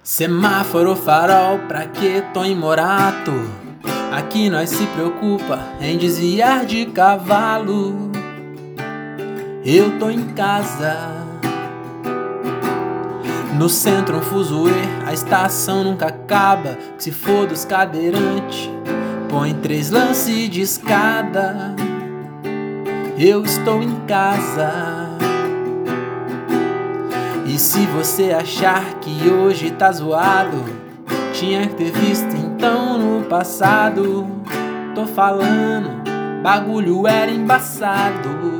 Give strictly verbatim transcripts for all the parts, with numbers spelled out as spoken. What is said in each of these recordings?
Semáforo, farol, pra que Tom e Morato? Aqui nós se preocupa em desviar de cavalo. Eu tô em casa, no centro um fuzuê, a estação nunca acaba. Se for dos cadeirantes, põe três lances de escada. Eu estou em casa. E se você achar que hoje tá zoado, tinha que ter visto então no passado. Tô falando, bagulho era embaçado.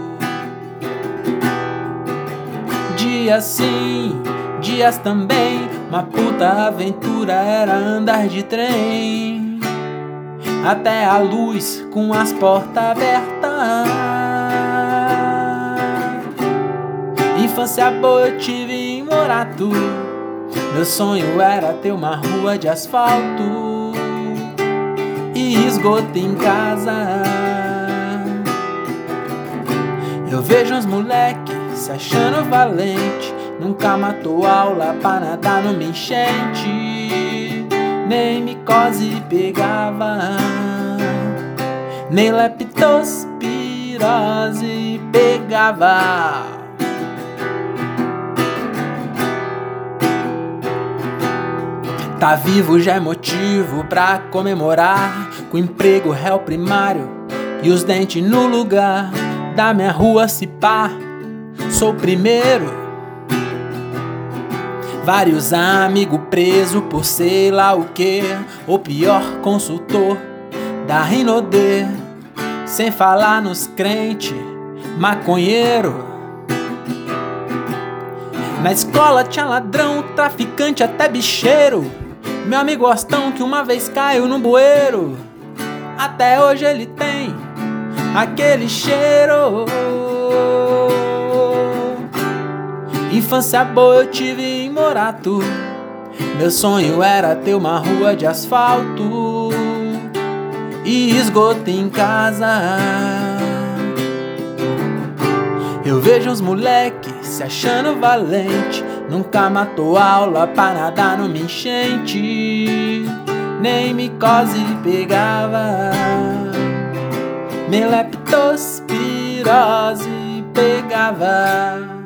Dias sim, dias também, uma puta aventura era andar de trem até a luz com as portas abertas. Infância boa eu tive em Morato. Meu sonho era ter uma rua de asfalto e esgoto em casa. Eu vejo uns moleque se achando valente, nunca matou aula pra nadar numa enchente, nem micose pegava, nem leptospirose pegava. Tá vivo já é motivo pra comemorar, com emprego réu primário e os dentes no lugar. Da minha rua se pá, sou o primeiro. Vários amigos presos por sei lá o que, ou pior, consultor da Rinodê. Sem falar nos crentes, maconheiro. Na escola tinha ladrão, traficante, até bicheiro. Meu amigo Ostão que uma vez caiu no bueiro, até hoje ele tem aquele cheiro. Infância boa eu tive em Morato. Meu sonho era ter uma rua de asfalto e esgoto em casa. Eu vejo uns moleque se achando valente, nunca matou aula pra nadar numa enchente, nem micose pegava, nem leptospirose pegava.